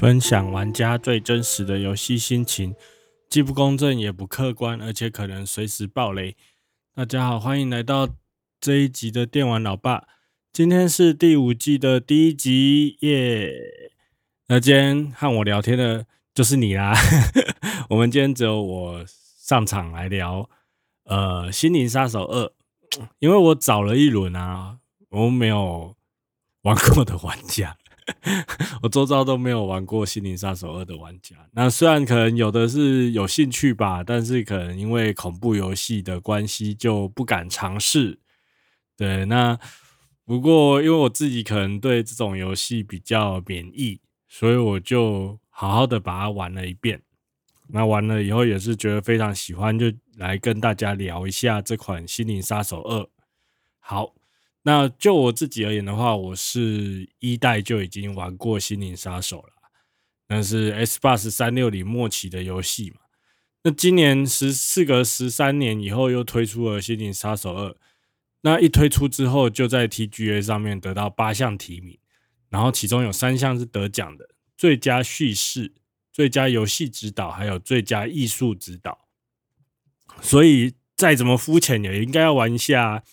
分享玩家最真实的游戏心情，既不公正也不客观，而且可能随时爆雷。大家好，欢迎来到这一集的电玩老爸。今天是第5季的第1集耶。那今天和我聊天的就是你啦。我们今天只有我上场来聊心灵杀手2，因为我找了一轮啊，我没有玩过的玩家。我周遭都没有玩过《心灵杀手2》的玩家，那虽然可能有的是有兴趣吧，但是可能因为恐怖游戏的关系就不敢尝试。对，那不过因为我自己可能对这种游戏比较免疫，所以我就好好的把它玩了一遍。那玩了以后也是觉得非常喜欢，就来跟大家聊一下这款《心灵杀手2》。好。那就我自己而言的话，我是1代就已经玩过《心灵杀手》了，那是 Xbox 360末期的游戏嘛。那今年事隔13年以后又推出了《心灵杀手2》，那一推出之后就在 TGA 上面得到8项提名，然后其中有3项是得奖的：最佳叙事、最佳游戏指导，还有最佳艺术指导。所以再怎么肤浅也应该要玩一下。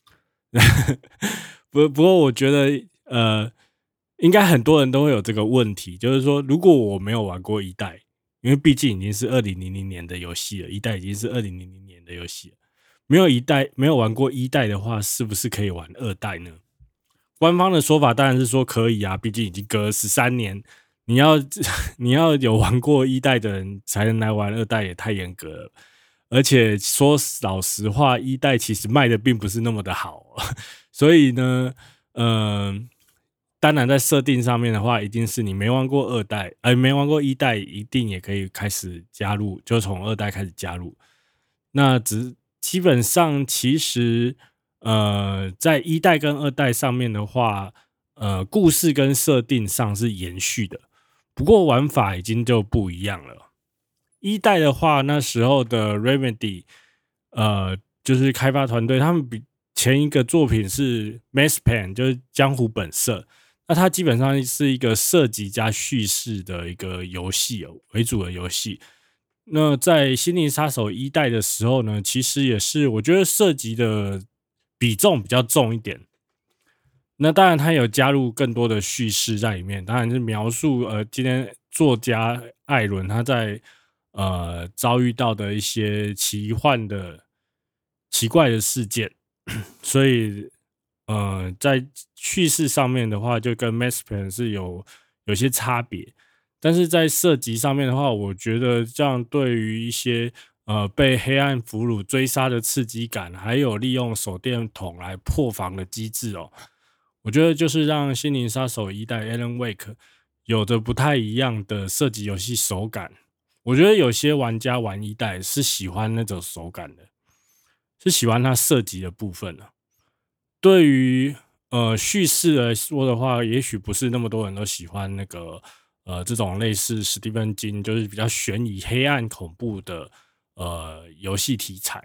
不过我觉得应该很多人都会有这个问题，就是说如果我没有玩过1代，因为毕竟已经是2000年的游戏了，1代已经是2000年的游戏了，没有玩过1代的话，是不是可以玩2代呢？官方的说法当然是说可以啊，毕竟已经隔了13年，你要有玩过1代的人才能来玩2代，也太严格了。而且说老实话，1代其实卖的并不是那么的好，所以呢，当然在设定上面的话，一定是你没玩过2代，没玩过1代，一定也可以开始加入，就从2代开始加入。那基本上其实在1代跟2代上面的话，故事跟设定上是延续的，不过玩法已经就不一样了。1代的话，那时候的 Remedy， 就是开发团队，他们比前一个作品是 Max Payne， 就是江湖本色。那它基本上是一个射击加叙事的一个游戏为主的游戏。那在心灵杀手1代的时候呢，其实也是我觉得射击的比重比较重一点。那当然，它有加入更多的叙事在里面，当然是描述今天作家艾伦他在遭遇到的一些奇幻的、奇怪的事件，所以在叙事上面的话，就跟 Max Payne 是有些差别，但是在射击上面的话，我觉得这样对于一些被黑暗俘虏追杀的刺激感，还有利用手电筒来破防的机制我觉得就是让心灵杀手1代 Alan Wake 有着不太一样的射击游戏手感。我觉得有些玩家玩1代是喜欢那种手感的，是喜欢它射击的部分的。对于叙事来说的话，也许不是那么多人都喜欢那个这种类似史蒂芬金就是比较悬疑、黑暗、恐怖的游戏题材。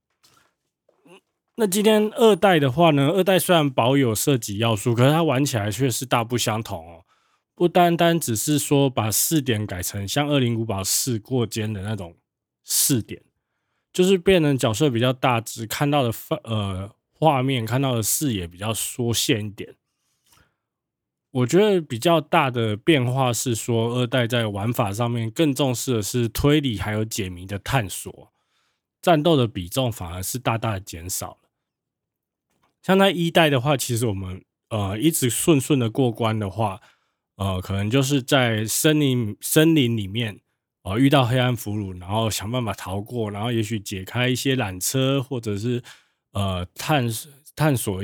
那今天2代的话呢，2代虽然保有射击要素，可是它玩起来却是大不相同不单单只是说把视点改成像恶灵古堡4过肩的那种视点，就是变成角色比较大只，看到的画面、看到的视野比较缩限一点。我觉得比较大的变化是说，2代在玩法上面更重视的是推理还有解谜的探索，战斗的比重反而是大大的减少了。像在1代的话，其实我们一直顺顺的过关的话，可能就是在森林里面遇到黑暗俘虏，然后想办法逃过，然后也许解开一些缆车，或者是探索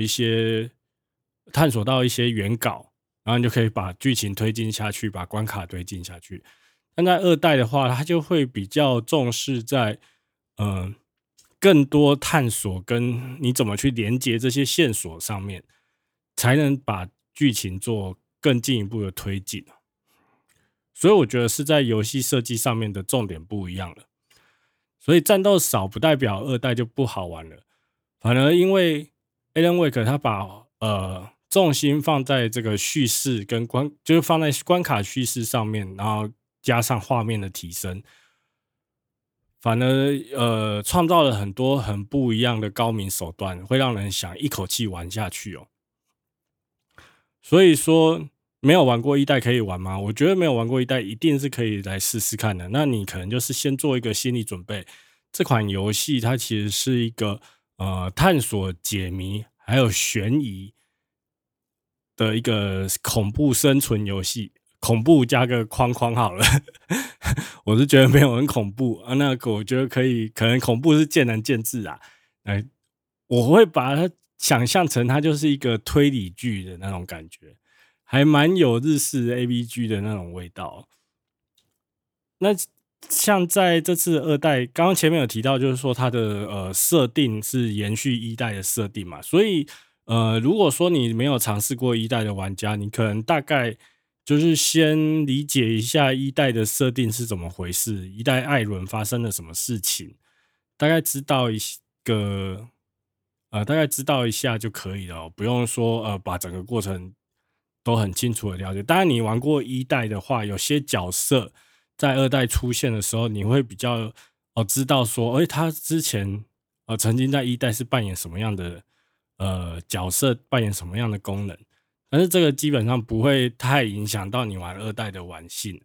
到一些原稿，然后你就可以把剧情推进下去，把关卡推进下去。但在2代的话，它就会比较重视在更多探索跟你怎么去连接这些线索上面，才能把剧情做更进一步的推进。所以我觉得是在游戏设计上面的重点不一样了。所以战斗少不代表2代就不好玩了，反而因为 Alan Wake 他把重心放在这个叙事跟就是放在关卡叙事上面，然后加上画面的提升，反而创造了很多很不一样的高明手段，会让人想一口气玩下去哦。所以说，没有玩过一代可以玩吗？我觉得没有玩过一代一定是可以来试试看的。那你可能就是先做一个心理准备，这款游戏它其实是一个探索、解谜还有悬疑的一个恐怖生存游戏。恐怖加个框框好了，我是觉得没有很恐怖啊。那个我觉得可能恐怖是见仁见智啊。我会把它想象成它就是一个推理剧的那种感觉，还蛮有日式 AVG 的那种味道。那像在这次的二代，刚刚前面有提到，就是说它的设定是延续一代的设定嘛，所以如果说你没有尝试过一代的玩家，你可能大概就是先理解一下一代的设定是怎么回事，一代艾伦发生了什么事情，大概知道大概知道一下就可以了不用说把整个过程都很清楚的了解。当然，你玩过一代的话，有些角色在二代出现的时候，你会比较知道说，他之前曾经在一代是扮演什么样的角色，扮演什么样的功能。但是这个基本上不会太影响到你玩二代的玩性。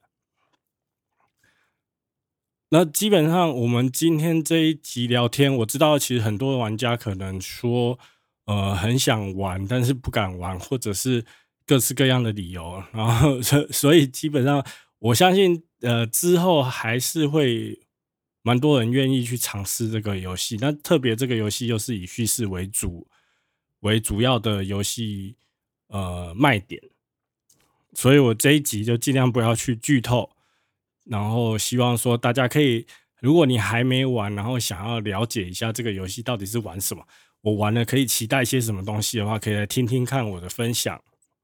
那基本上我们今天这一集聊天，我知道其实很多玩家可能说，很想玩，但是不敢玩，或者是各式各样的理由，然后所以基本上我相信，之后还是会蛮多人愿意去尝试这个游戏。那特别这个游戏又是以叙事为主要的游戏卖点，所以我这一集就尽量不要去剧透。然后希望说大家可以，如果你还没玩，然后想要了解一下这个游戏到底是玩什么，我玩了可以期待一些什么东西的话，可以来听听看我的分享。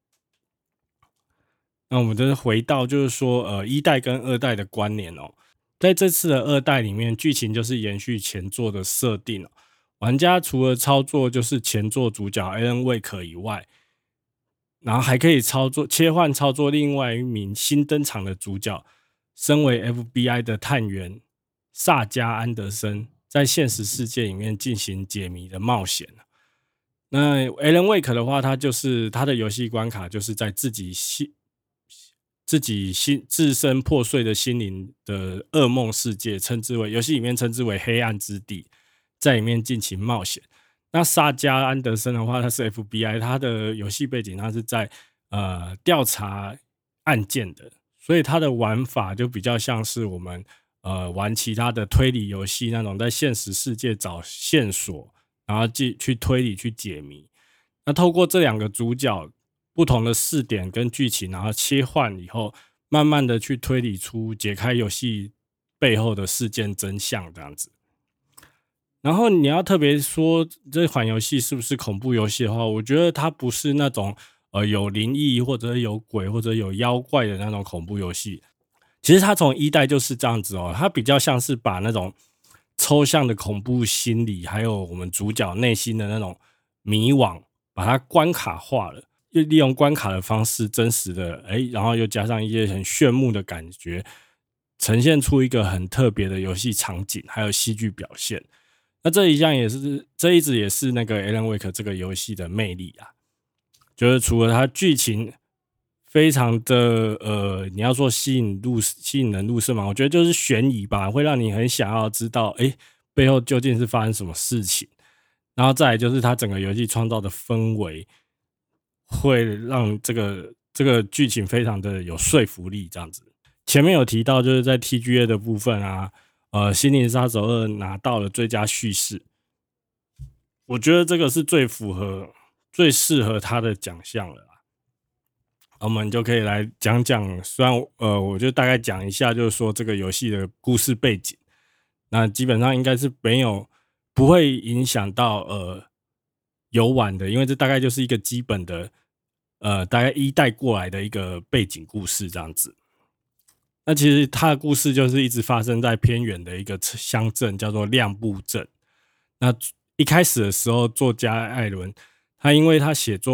那我们就是回到就是说，一代跟二代的关联哦，在这次的二代里面，剧情就是延续前作的设定哦。玩家除了操作就是前作主角 Alan Wake 以外，然后还可以切换操作另外一名新登场的主角，身为 FBI 的探员萨加安德森，在现实世界里面进行解谜的冒险。那 Alan Wake 的话，他的游戏关卡就是在自己自身破碎的心灵的噩梦世界，游戏里面称之为黑暗之地，在里面进行冒险。那萨加安德森的话，他是 FBI， 他的游戏背景他是在调查案件的，所以他的玩法就比较像是我们玩其他的推理游戏那种，在现实世界找线索，然后去推理去解谜。那透过这两个主角不同的视点跟剧情，然后切换以后，慢慢的去推理出解开游戏背后的事件真相这样子。然后你要特别说这款游戏是不是恐怖游戏的话，我觉得它不是那种有灵异或者有鬼或者有妖怪的那种恐怖游戏。其实它从一代就是这样子哦，它比较像是把那种抽象的恐怖心理，还有我们主角内心的那种迷惘，把它关卡化了，又利用关卡的方式真实的然后又加上一些很炫目的感觉，呈现出一个很特别的游戏场景，还有戏剧表现。那这一直也是那个 Alan Wake 这个游戏的魅力啊，就是除了它剧情非常的你要说吸引人入胜嘛，我觉得就是悬疑吧，会让你很想要知道背后究竟是发生什么事情。然后再来就是它整个游戏创造的氛围，会让这个剧情非常的有说服力这样子。前面有提到就是在 TGA 的部分啊，心灵杀手2拿到了最佳叙事，我觉得这个是最适合他的奖项了啦。我们就可以来讲讲，虽然我就大概讲一下，就是说这个游戏的故事背景，那基本上应该是不会影响到游玩的，因为这大概就是一个基本的大概一代过来的一个背景故事这样子。那其实他的故事就是一直发生在偏远的一个乡镇，叫做亮布镇。那一开始的时候，作家艾伦他因为他写作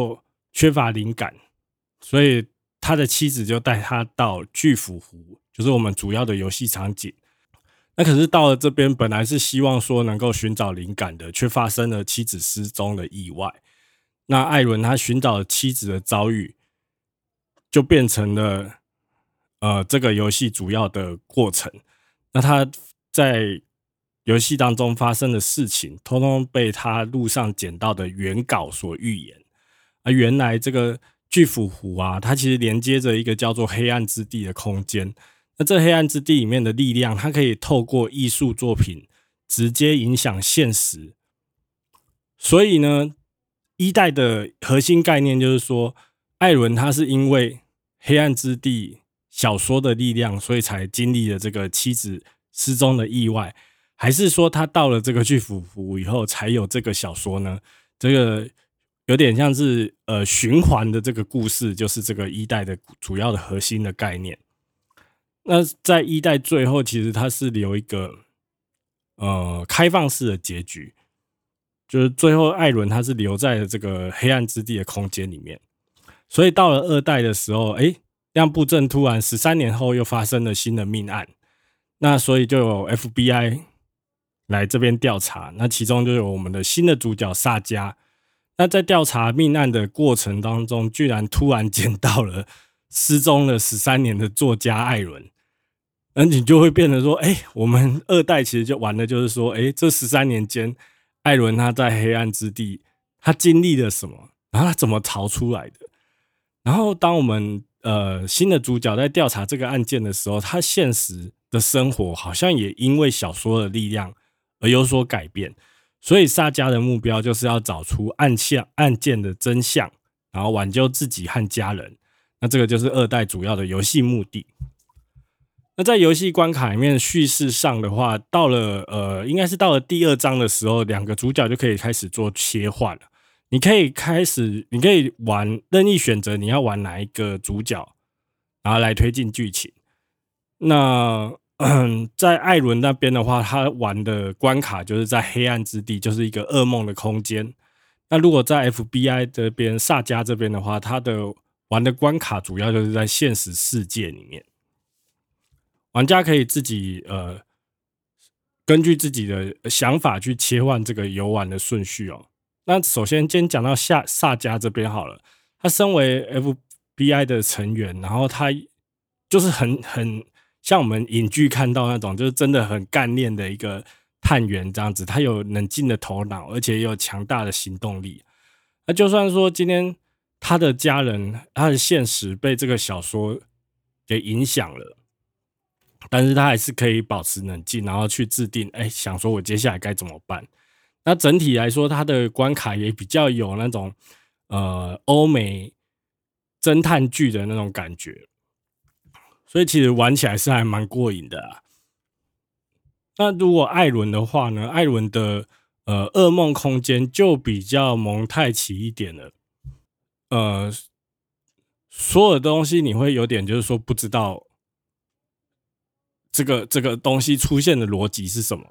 缺乏灵感，所以他的妻子就带他到巨斧湖，就是我们主要的游戏场景。那可是到了这边，本来是希望说能够寻找灵感的，却发生了妻子失踪的意外。那艾伦他寻找妻子的遭遇，就变成了这个游戏主要的过程。那他在游戏当中发生的事情，通通被他路上捡到的原稿所预言。原来这个巨斧湖啊，它其实连接着一个叫做黑暗之地的空间。那这黑暗之地里面的力量，它可以透过艺术作品直接影响现实。所以呢，一代的核心概念就是说，艾伦他是因为黑暗之地小说的力量，所以才经历了这个妻子失踪的意外，还是说他到了这个巨斧湖以后才有这个小说呢？这个有点像是循环的这个故事，就是这个一代的主要的核心的概念。那在一代最后，其实它是留一个开放式的结局，就是最后艾伦他是留在了这个黑暗之地的空间里面。所以到了二代的时候，亮布镇突然13年后又发生了新的命案，那所以就有 FBI 来这边调查，那其中就有我们的新的主角萨迦。那在调查命案的过程当中，居然突然捡到了失踪了13年的作家艾伦，那你就会变成说，我们二代其实就玩的就是说，这13年间，艾伦他在黑暗之地，他经历了什么，然后他怎么逃出来的。然后当我们新的主角在调查这个案件的时候，他现实的生活好像也因为小说的力量而有所改变。所以萨迦的目标就是要找出案件的真相，然后挽救自己和家人。那这个就是二代主要的游戏目的。那在游戏关卡里面叙事上的话，到了应该是到了第2章的时候，两个主角就可以开始做切换了。你可以玩任意选择你要玩哪一个主角，然后来推进剧情。那在艾伦那边的话，他玩的关卡就是在黑暗之地，就是一个噩梦的空间。那如果在 FBI 这边萨迦这边的话，他的玩的关卡主要就是在现实世界里面。玩家可以自己根据自己的想法去切换这个游玩的顺序哦。那首先先讲到萨迦这边好了，他身为 FBI 的成员，然后他就是很像我们影剧看到那种，就是真的很干练的一个探员这样子，他有冷静的头脑，而且也有强大的行动力。那就算说今天他的家人，他的现实被这个小说给影响了，但是他还是可以保持冷静，然后去制定，想说我接下来该怎么办。那整体来说，他的关卡也比较有那种欧美侦探剧的那种感觉，所以其实玩起来是还蛮过瘾的啊。那如果艾伦的话呢，艾伦的噩梦空间就比较蒙太奇一点了。所有的东西你会有点就是说不知道这个东西出现的逻辑是什么。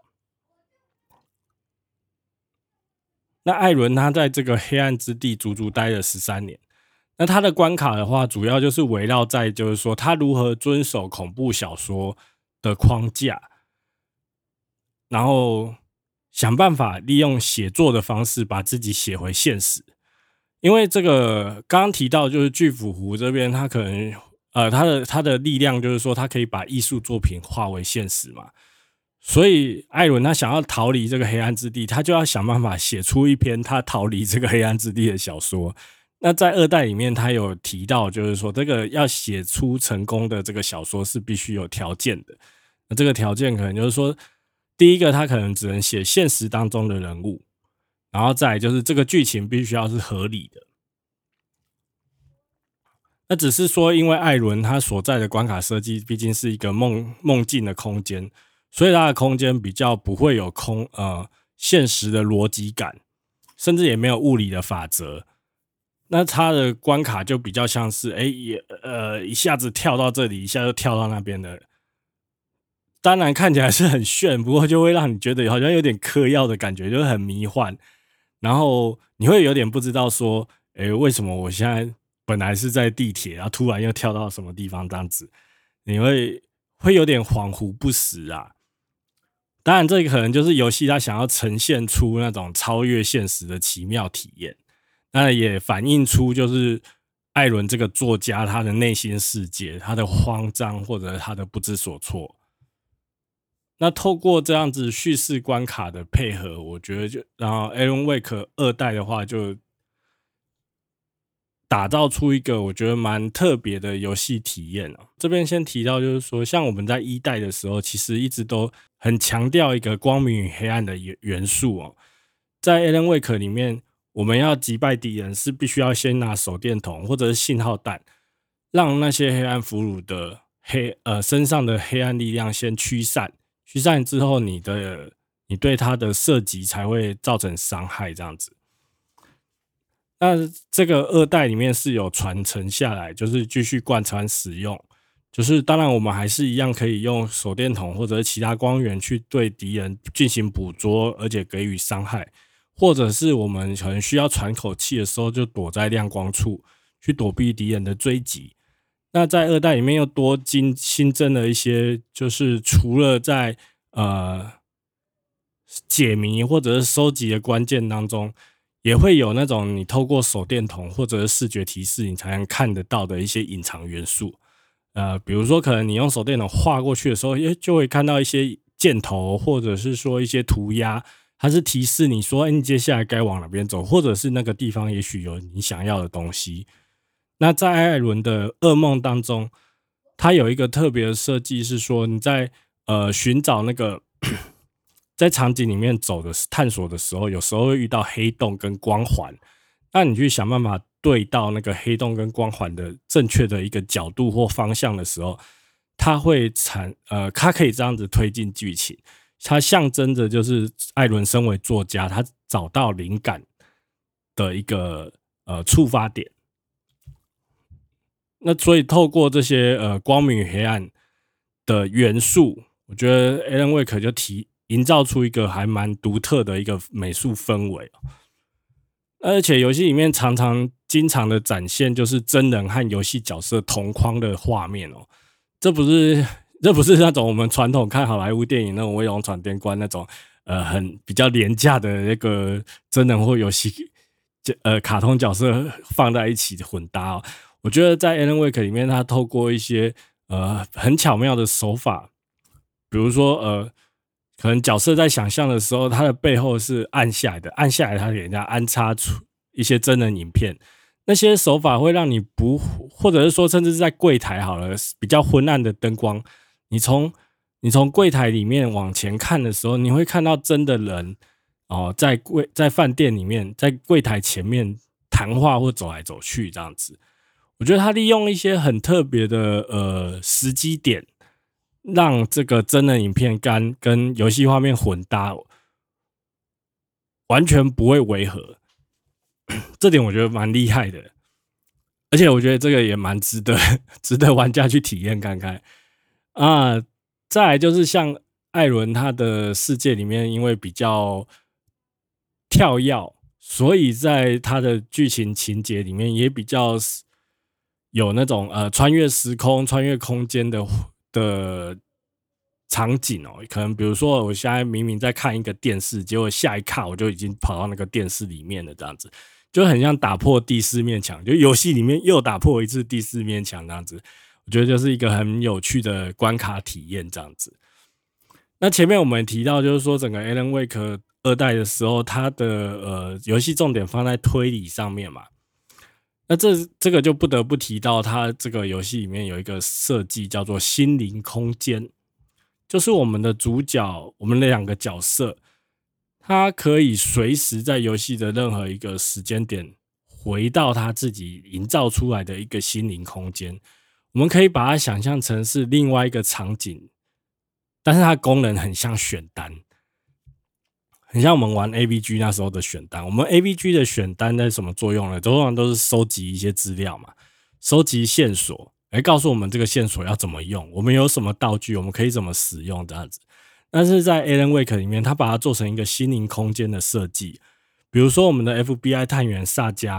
那艾伦他在这个黑暗之地足足待了13年。那他的关卡的话，主要就是围绕在就是说他如何遵守恐怖小说的框架，然后想办法利用写作的方式把自己写回现实。因为这个刚刚提到就是巨斧湖这边，他可能他的力量就是说他可以把艺术作品化为现实嘛。所以艾伦他想要逃离这个黑暗之地，他就要想办法写出一篇他逃离这个黑暗之地的小说。那在2代里面，他有提到，就是说这个要写出成功的这个小说是必须有条件的。那这个条件可能就是说，第一个他可能只能写现实当中的人物，然后再来就是这个剧情必须要是合理的。那只是说，因为艾伦他所在的关卡设计毕竟是一个梦境的空间，所以它的空间比较不会有现实的逻辑感，甚至也没有物理的法则。那它的关卡就比较像是一下子跳到这里，一下就跳到那边的。当然看起来是很炫，不过就会让你觉得好像有点嗑药的感觉，就是很迷幻。然后你会有点不知道说， 为什么我现在本来是在地铁，然后突然又跳到什么地方这样子，你会有点恍惚不实啊。当然，这个可能就是游戏它想要呈现出那种超越现实的奇妙体验，那也反映出就是艾伦这个作家他的内心世界，他的慌张或者他的不知所措。那透过这样子叙事关卡的配合，我觉得然后 Alan Wake 2代的话，就打造出一个我觉得蛮特别的游戏体验哦。这边先提到就是说，像我们在1代的时候，其实一直都很强调一个光明与黑暗的元素哦。在 Alan Wake 里面，我们要击败敌人是必须要先拿手电筒或者是信号弹，让那些黑暗俘虏的身上的黑暗力量先驱散。驱散之后，你对他的射击才会造成伤害，这样子。那这个2代里面是有传承下来，就是继续贯穿使用。就是当然，我们还是一样可以用手电筒或者其他光源去对敌人进行捕捉，而且给予伤害，或者是我们可能需要喘口气的时候，就躲在亮光处去躲避敌人的追击。那在2代里面又多新增了一些，就是除了在解谜或者是收集的关键当中，也会有那种你透过手电筒或者是视觉提示你才能看得到的一些隐藏元素。比如说可能你用手电筒画过去的时候，就会看到一些箭头或者是说一些涂鸦，它是提示你说你接下来该往哪边走，或者是那个地方也许有你想要的东西。那在艾伦的噩梦当中，它有一个特别的设计是说，你在寻找那个在场景里面探索的时候，有时候会遇到黑洞跟光环，那你去想办法对到那个黑洞跟光环的正确的一个角度或方向的时候，它可以这样子推进剧情，它象征着就是艾伦身为作家，他找到灵感的一个触发点。那所以透过这些光明与黑暗的元素，我觉得 Alan Wake 就营造出一个还蛮独特的一个美术氛围。而且游戏里面经常的展现就是真人和游戏角色同框的画面哦，这不是那种我们传统看好莱坞电影那种威龙闯天关那种很比较廉价的那个真人或游戏卡通角色放在一起混搭哦。我觉得在 Alan Wake 里面，他透过一些很巧妙的手法，比如说可能角色在想象的时候，他的背后是暗下来的，暗下来他给人家安插出一些真人影片，那些手法会让你或者是说甚至是在柜台好了，比较昏暗的灯光，你从柜台里面往前看的时候，你会看到真的人哦，在饭店里面，在柜台前面谈话或走来走去这样子。我觉得他利用一些很特别的时机点，让这个真人影片跟游戏画面混搭，完全不会违和，这点我觉得蛮厉害的。而且我觉得这个也蛮值得玩家去体验看看啊。再来就是像艾伦他的世界里面，因为比较跳跃，所以在他的剧情情节里面也比较有那种穿越时空、穿越空间的场景哦。可能比如说，我现在明明在看一个电视，结果下一刻我就已经跑到那个电视里面了，这样子就很像打破第四面墙，就游戏里面又打破一次第四面墙这样子。我觉得就是一个很有趣的关卡体验这样子。那前面我们提到，就是说整个 Alan Wake 2代的时候，它的游戏重点放在推理上面嘛。那这个就不得不提到，它这个游戏里面有一个设计叫做心灵空间，就是我们的主角，我们的2个角色，他可以随时在游戏的任何一个时间点，回到他自己营造出来的一个心灵空间。我们可以把它想象成是另外一个场景，但是它功能很像选单，很像我们玩 AVG 那时候的选单。我们 AVG 的选单在什么作用呢？通常都是收集一些资料嘛，收集线索，来告诉我们这个线索要怎么用，我们有什么道具，我们可以怎么使用这样子。但是在 Alan Wake 里面，他把它做成一个心灵空间的设计。比如说我们的 FBI 探员萨加，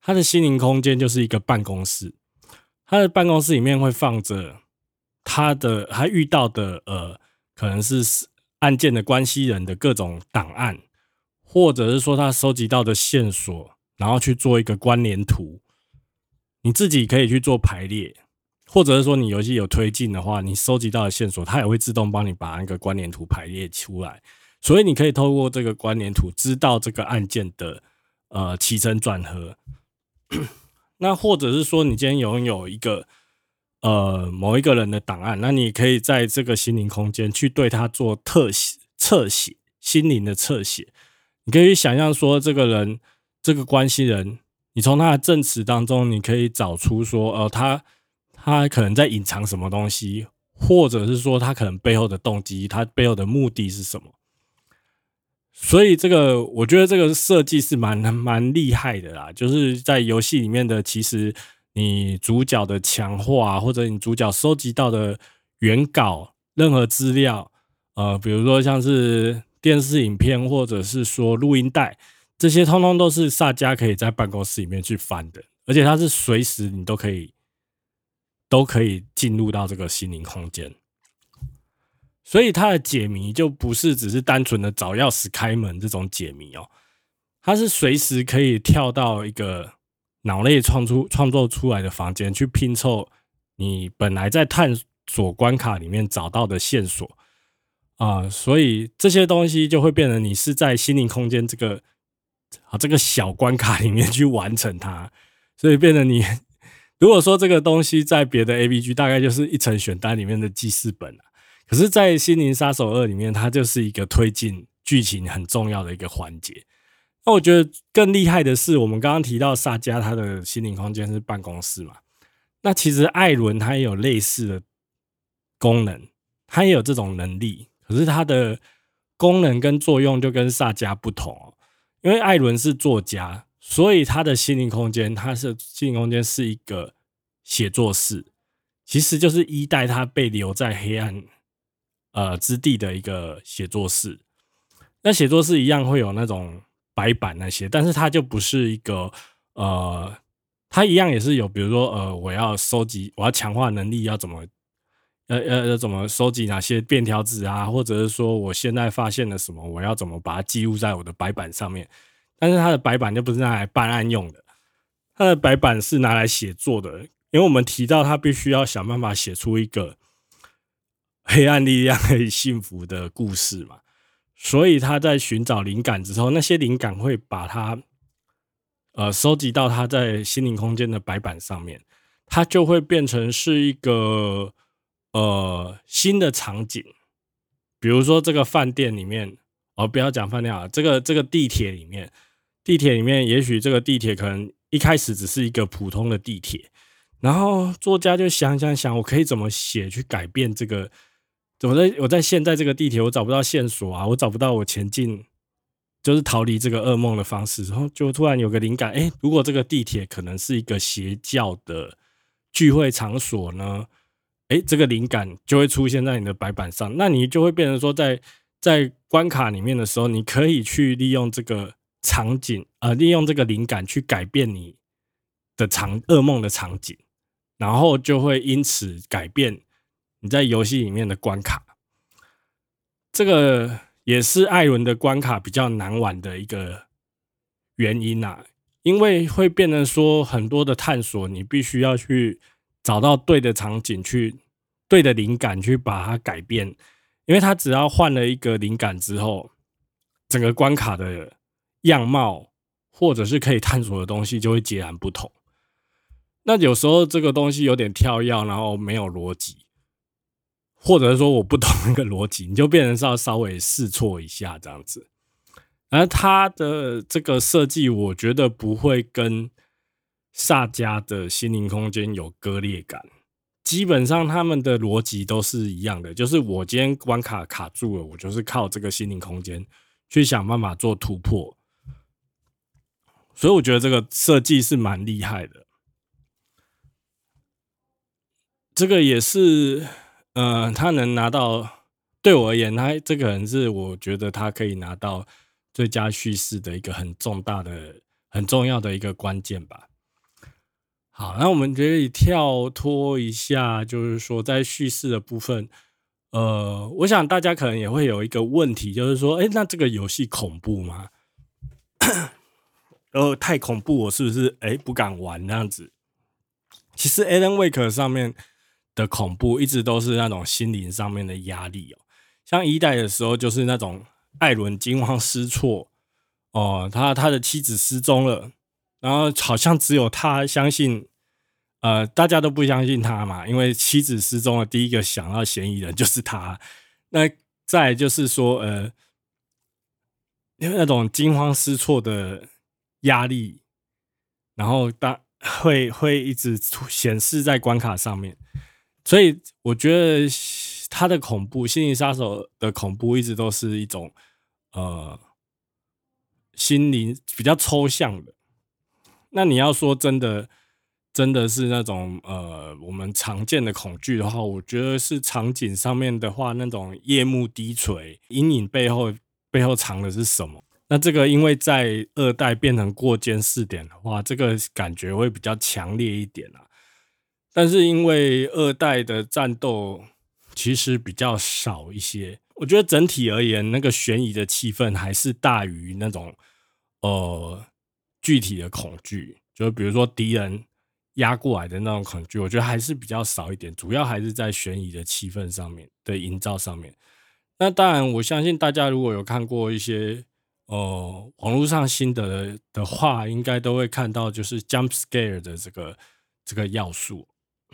他的心灵空间就是一个办公室，他的办公室里面会放着他遇到的可能是案件的关系人的各种档案，或者是说他收集到的线索，然后去做一个关联图。你自己可以去做排列，或者是说你游戏有推进的话，你收集到的线索，它也会自动帮你把那个关联图排列出来。所以你可以透过这个关联图知道这个案件的起承转合。那或者是说你今天拥有一个某一个人的档案，那你可以在这个心灵空间去对他做侧写，心灵的侧写。你可以想象说这个人这个关系人，你从他的证词当中你可以找出说他可能在隐藏什么东西，或者是说他可能背后的动机，他背后的目的是什么。所以我觉得这个设计是蛮厉害的啦，就是在游戏里面的，其实你主角的强化，或者你主角收集到的原稿、任何资料，比如说像是电视影片，或者是说录音带，这些通通都是萨迦可以在办公室里面去翻的，而且它是随时你都可以进入到这个心灵空间。所以它的解谜就不是只是单纯的找钥匙开门这种解谜哦，它是随时可以跳到一个脑内创作出来的房间去拼凑你本来在探索关卡里面找到的线索所以这些东西就会变成你是在心灵空间这个小关卡里面去完成它，所以变成你如果说这个东西在别的 AVG 大概就是一层选单里面的记事本可是在《心灵杀手2》里面，它就是一个推进剧情很重要的一个环节。那我觉得更厉害的是，我们刚刚提到萨迦他的心灵空间是办公室嘛，那其实艾伦他也有类似的功能，他也有这种能力，可是他的功能跟作用就跟萨迦不同因为艾伦是作家，所以他的心灵空间是一个写作室，其实就是一代他被留在黑暗之地的一个写作室。那写作室一样会有那种白板那些，但是它就不是一个它一样也是有，比如说我要强化能力，要怎么收集哪些便条纸或者是说我现在发现了什么，我要怎么把它记录在我的白板上面。但是它的白板就不是拿来办案用的，它的白板是拿来写作的，因为我们提到他必须要想办法写出一个黑暗力量可以幸福的故事嘛，所以他在寻找灵感之后，那些灵感会把它收集到他在心灵空间的白板上面，它就会变成是一个新的场景。比如说这个饭店里面不要讲饭店这个地铁里面也许这个地铁可能一开始只是一个普通的地铁，然后作家就想我可以怎么写去改变这个，我在现在这个地铁我找不到线索我找不到我前进就是逃离这个噩梦的方式，然后就突然有个灵感，如果这个地铁可能是一个邪教的聚会场所呢，这个灵感就会出现在你的白板上，那你就会变成说在关卡里面的时候，你可以去利用这个场景利用这个灵感去改变你的噩梦的场景，然后就会因此改变你在游戏里面的关卡。这个也是艾伦的关卡比较难玩的一个原因因为会变成说很多的探索你必须要去找到对的场景，去对的灵感去把它改变，因为他只要换了一个灵感之后，整个关卡的样貌或者是可以探索的东西就会截然不同。那有时候这个东西有点跳跃，然后没有逻辑，或者是说我不懂那个逻辑，你就变成是要稍微试错一下这样子。而他的这个设计我觉得不会跟萨迦的心灵空间有割裂感，基本上他们的逻辑都是一样的，就是我今天关卡卡住了，我就是靠这个心灵空间去想办法做突破，所以我觉得这个设计是蛮厉害的。这个也是他能拿到，对我而言他这个人是我觉得他可以拿到最佳叙事的一个很重要的一个关键吧。 好，那我们可以跳脱一下，就是说在叙事的部分，我想大家可能也会有一个问题，就是说，那这个游戏恐怖吗？太恐怖，我是不是不敢玩这样子？其实 Alan Wake 上面的恐怖一直都是那种心灵上面的压力哦。像一代的时候，就是那种艾伦惊慌失措哦，他的妻子失踪了，然后好像只有他相信，大家都不相信他嘛，因为妻子失踪了，第一个想到嫌疑人就是他。那再来就是说，因为那种惊慌失措的压力，然后会一直显示在关卡上面，所以我觉得他的恐怖，心灵杀手的恐怖一直都是一种呃心灵比较抽象的。那你要说真的是那种我们常见的恐惧的话，我觉得是场景上面的话，那种夜幕低垂，阴影背后藏的是什么？那这个因为在二代变成过肩试点的话，这个感觉会比较强烈一点啊。但是因为二代的战斗其实比较少一些，我觉得整体而言，那个悬疑的气氛还是大于那种具体的恐惧，就比如说敌人压过来的那种恐惧，我觉得还是比较少一点，主要还是在悬疑的气氛上面的营造上面。那当然，我相信大家如果有看过一些网络上心得的话，应该都会看到就是 jump scare 的这个要素。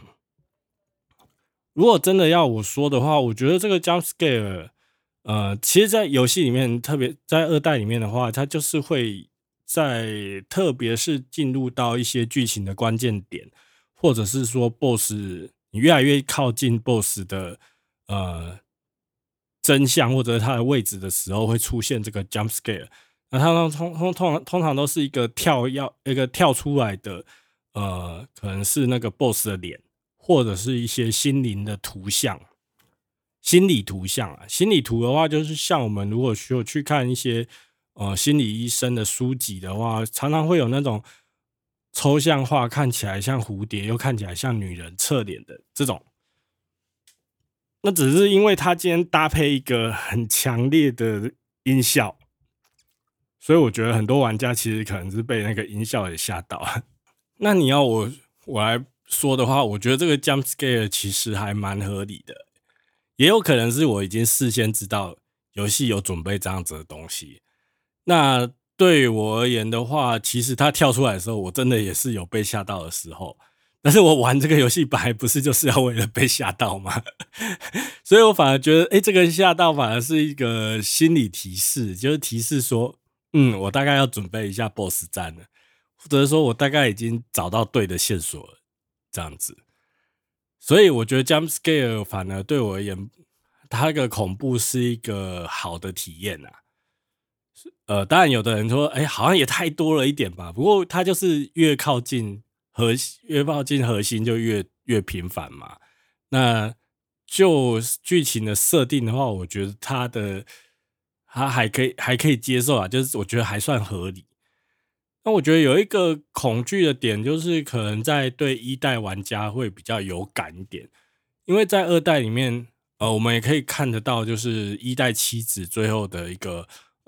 如果真的要我说的话，我觉得这个 jump scare，其实，在游戏里面，特别在二代里面的话，它就是会在特别是进入到一些剧情的关键点，或者是说 BOSS 你越来越靠近 BOSS 的呃真相或者它的位置的时候，会出现这个 jump scare。那它通常都是一个跳出来的，可能是那个 BOSS 的脸。或者是一些心灵的图像、心理图像啊。心理图的话，就是像我们如果去看一些心理医生的书籍的话，常常会有那种抽象化，看起来像蝴蝶，又看起来像女人侧脸的这种。那只是因为他今天搭配一个很强烈的音效，所以我觉得很多玩家其实可能是被那个音效给吓到。那你要我来说的话，我觉得这个 jump scare 其实还蛮合理的，也有可能是我已经事先知道游戏有准备这样子的东西。那对我而言的话，其实它跳出来的时候，我真的也是有被吓到的时候。但是我玩这个游戏本来不是就是要为了被吓到吗？所以我反而觉得，这个吓到反而是一个心理提示，就是提示说，我大概要准备一下 BOSS 战了。或者说我大概已经找到对的线索了，这样子。所以我觉得 jump scare 反而对我而言，它的恐怖是一个好的体验啊。当然有的人说，好像也太多了一点吧。不过它就是越靠近核心就越频繁嘛。那就剧情的设定的话，我觉得它还可以接受啊，就是我觉得还算合理。那我觉得有一个恐惧的点，就是可能在对一代玩家会比较有感一点，因为在二代里面，我们也可以看得到，就是一代妻子最后的一个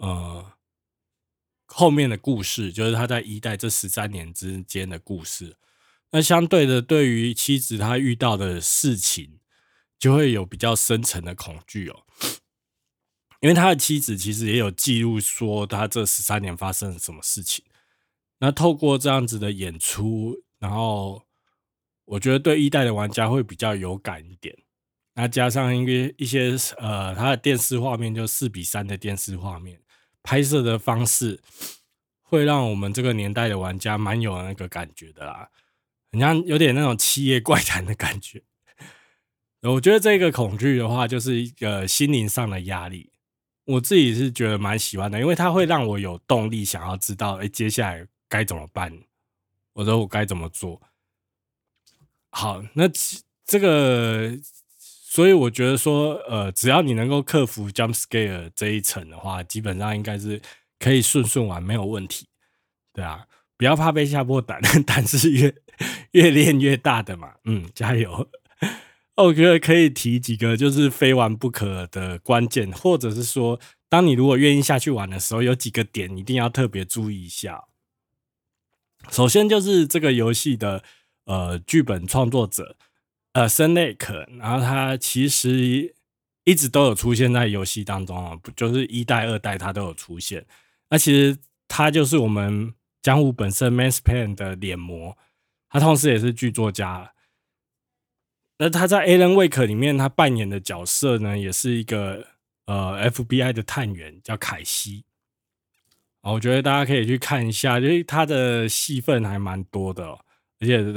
后面的故事，就是他在一代这13年之间的故事。那相对的，对于妻子她遇到的事情，就会有比较深层的恐惧哦。因为他的妻子其实也有记录说他这13年发生了什么事情。那透过这样子的演出，然后我觉得对一代的玩家会比较有感一点。那加上一些它的电视画面就4:3的电视画面，拍摄的方式会让我们这个年代的玩家蛮有那个感觉的啦，很像有点那种七夜怪谈的感觉。我觉得这个恐惧的话，就是一个心灵上的压力。我自己是觉得蛮喜欢的，因为它会让我有动力想要知道，接下来该怎么办，或者我该怎么做。好，那这个，所以我觉得说，只要你能够克服 jump scare 这一层的话，基本上应该是可以顺玩，没有问题，对啊。 不要怕被吓破胆，胆是越练越大的嘛。加油！我觉得可以提几个就是非玩不可的关键，或者是说，当你如果愿意下去玩的时候，有几个点一定要特别注意一下。首先就是这个游戏的剧本创作者森内可，然后他其实一直都有出现在游戏当中啊，就是1代、2代他都有出现。那其实他就是我们江湖本身 Max Payne 的脸模，他同时也是剧作家。那他在 Alan Wake 里面，他扮演的角色呢，也是一个FBI 的探员，叫凯西。我觉得大家可以去看一下，因为他的戏份还蛮多的而且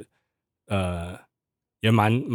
也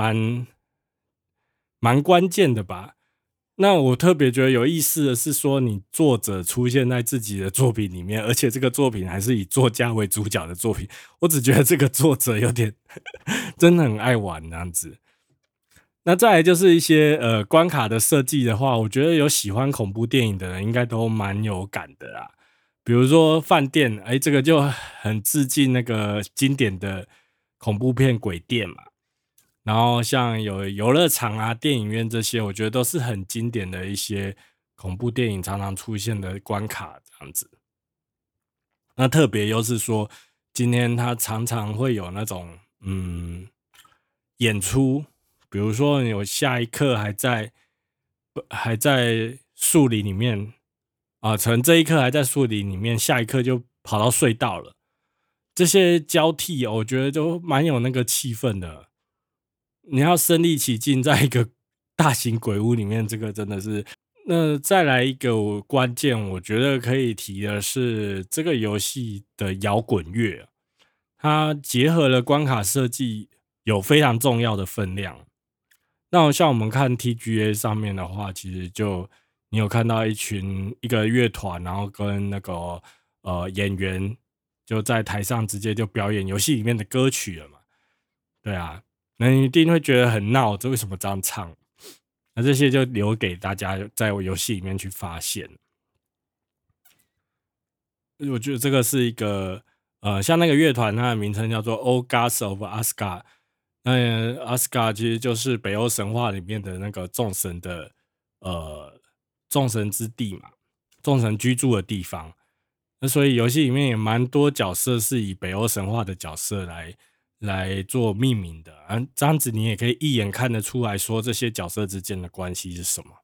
蛮关键的吧。那我特别觉得有意思的是说，你作者出现在自己的作品里面，而且这个作品还是以作家为主角的作品，我只觉得这个作者有点真的很爱玩这样子。那再来就是一些关卡的设计的话，我觉得有喜欢恐怖电影的人应该都蛮有感的啦。比如说饭店，这个就很致敬那个经典的恐怖片鬼店嘛。然后像有游乐场啊、电影院这些，我觉得都是很经典的一些恐怖电影常常出现的关卡这样子。那特别又是说，今天他常常会有那种演出，比如说有下一刻还在树林里面可能这一刻还在树林里面，下一刻就跑到隧道了。这些交替我觉得就蛮有那个气氛的。你要身临其境在一个大型鬼屋里面，这个真的是。那再来一个关键，我觉得可以提的是这个游戏的摇滚乐，它结合了关卡设计，有非常重要的分量。那像我们看 TGA 上面的话，其实就你有看到一个乐团，然后跟那个演员就在台上直接就表演游戏里面的歌曲了嘛。对啊，那你一定会觉得很闹，这为什么这样唱？那这些就留给大家在游戏里面去发现。我觉得这个是一个像那个乐团，它的名称叫做 All Gods of Asgard。Asgard 其实就是北欧神话里面的那个众神的众神之地嘛，众神居住的地方。那所以游戏里面也蛮多角色是以北欧神话的角色来做命名的这样子你也可以一眼看得出来说这些角色之间的关系是什么。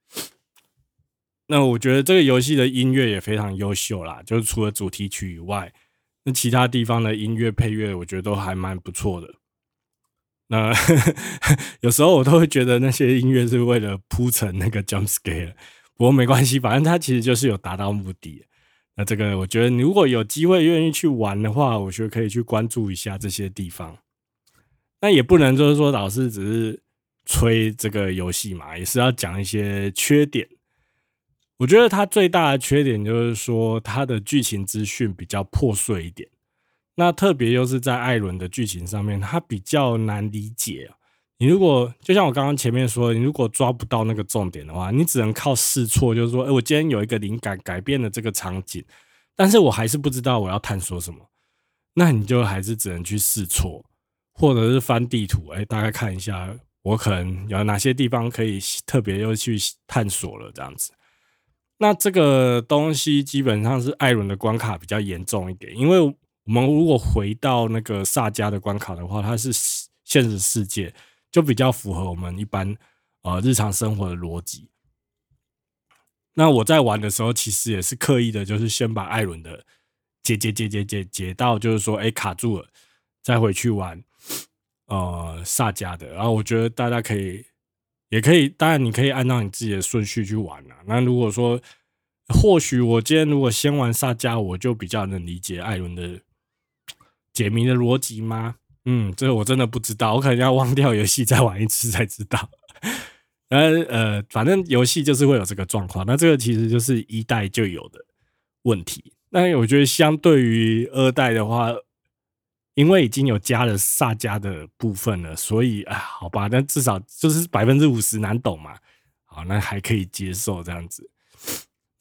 那我觉得这个游戏的音乐也非常优秀啦，就是除了主题曲以外，那其他地方的音乐配乐我觉得都还蛮不错的。那有时候我都会觉得那些音乐是为了铺成那个 jump scare， 不过没关系，反正它其实就是有达到目的。那这个我觉得你如果有机会愿意去玩的话，我觉得可以去关注一下这些地方。那也不能就是说老是只是吹这个游戏嘛，也是要讲一些缺点。我觉得它最大的缺点就是说它的剧情资讯比较破碎一点。那特别又是在艾伦的剧情上面，它比较难理解你如果就像我刚刚前面说，你如果抓不到那个重点的话，你只能靠试错，就是说，我今天有一个灵感改变了这个场景，但是我还是不知道我要探索什么，那你就还是只能去试错，或者是翻地图，大概看一下我可能有哪些地方可以特别又去探索了这样子。那这个东西基本上是艾伦的关卡比较严重一点，因为我们如果回到那个萨迦的关卡的话，它是现实世界，就比较符合我们一般日常生活的逻辑。那我在玩的时候，其实也是刻意的，就是先把艾伦的解到，就是说卡住了，再回去玩萨迦的。然后我觉得大家也可以，当然你可以按照你自己的顺序去玩那如果说或许我今天如果先玩萨迦，我就比较能理解艾伦的解谜的逻辑吗？这个我真的不知道，我可能要忘掉游戏再玩一次才知道。反正游戏就是会有这个状况，那这个其实就是1代就有的问题。那我觉得相对于2代的话，因为已经有加了萨迦的部分了，所以好吧，那至少就是50%难懂嘛，好，那还可以接受这样子。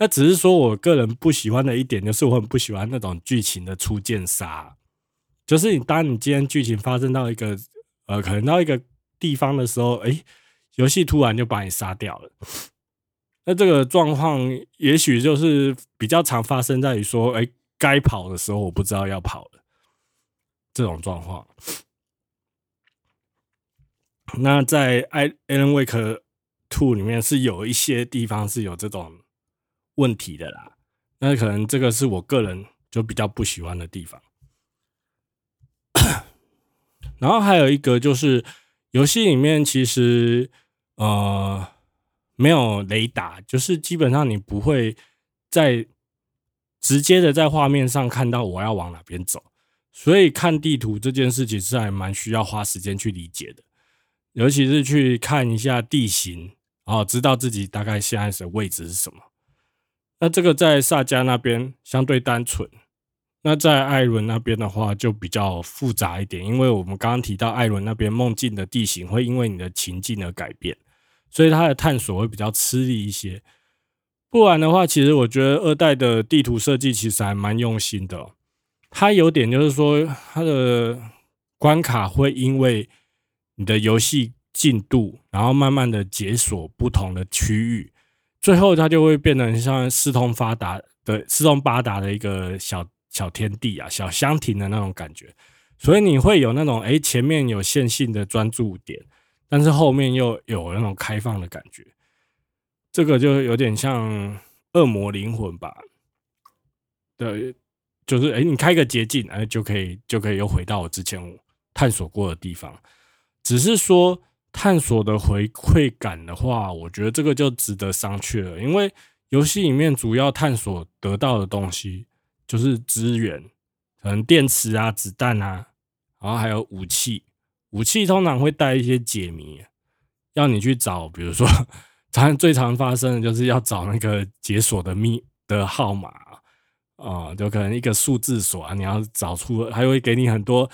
那只是说我个人不喜欢的一点就是我很不喜欢那种剧情的出剑杀，就是当你今天剧情发生到一个可能到一个地方的时候，游戏突然就把你杀掉了。那这个状况也许就是比较常发生在于说，该跑的时候我不知道要跑了这种状况。那在Alan Wake 2里面是有一些地方是有这种问题的啦，那可能这个是我个人就比较不喜欢的地方。然后还有一个就是游戏里面其实没有雷达，就是基本上你不会直接的在画面上看到我要往哪边走，所以看地图这件事情是还蛮需要花时间去理解的，尤其是去看一下地形，然后知道自己大概现在的位置是什么。那这个在萨迦那边相对单纯，那在艾伦那边的话就比较复杂一点，因为我们刚刚提到艾伦那边梦境的地形会因为你的情境而改变，所以它的探索会比较吃力一些。不然的话，其实我觉得2代的地图设计其实还蛮用心的它有点就是说，它的关卡会因为你的游戏进度，然后慢慢的解锁不同的区域，最后它就会变成像四通八达的一个小天地啊，小香亭的那种感觉。所以你会有那种前面有线性的专注点，但是后面又有那种开放的感觉。这个就有点像恶魔灵魂吧。对，就是你开个捷径，就可以又回到我之前探索过的地方。只是说探索的回馈感的话，我觉得这个就值得商榷了，因为游戏里面主要探索得到的东西就是资源，可能电池啊、子弹啊，然后还有武器。武器通常会带一些解谜，要你去找，比如说最常发生的就是要找那个解锁的号码。就可能一个数字锁啊，你要找出，还会给你很多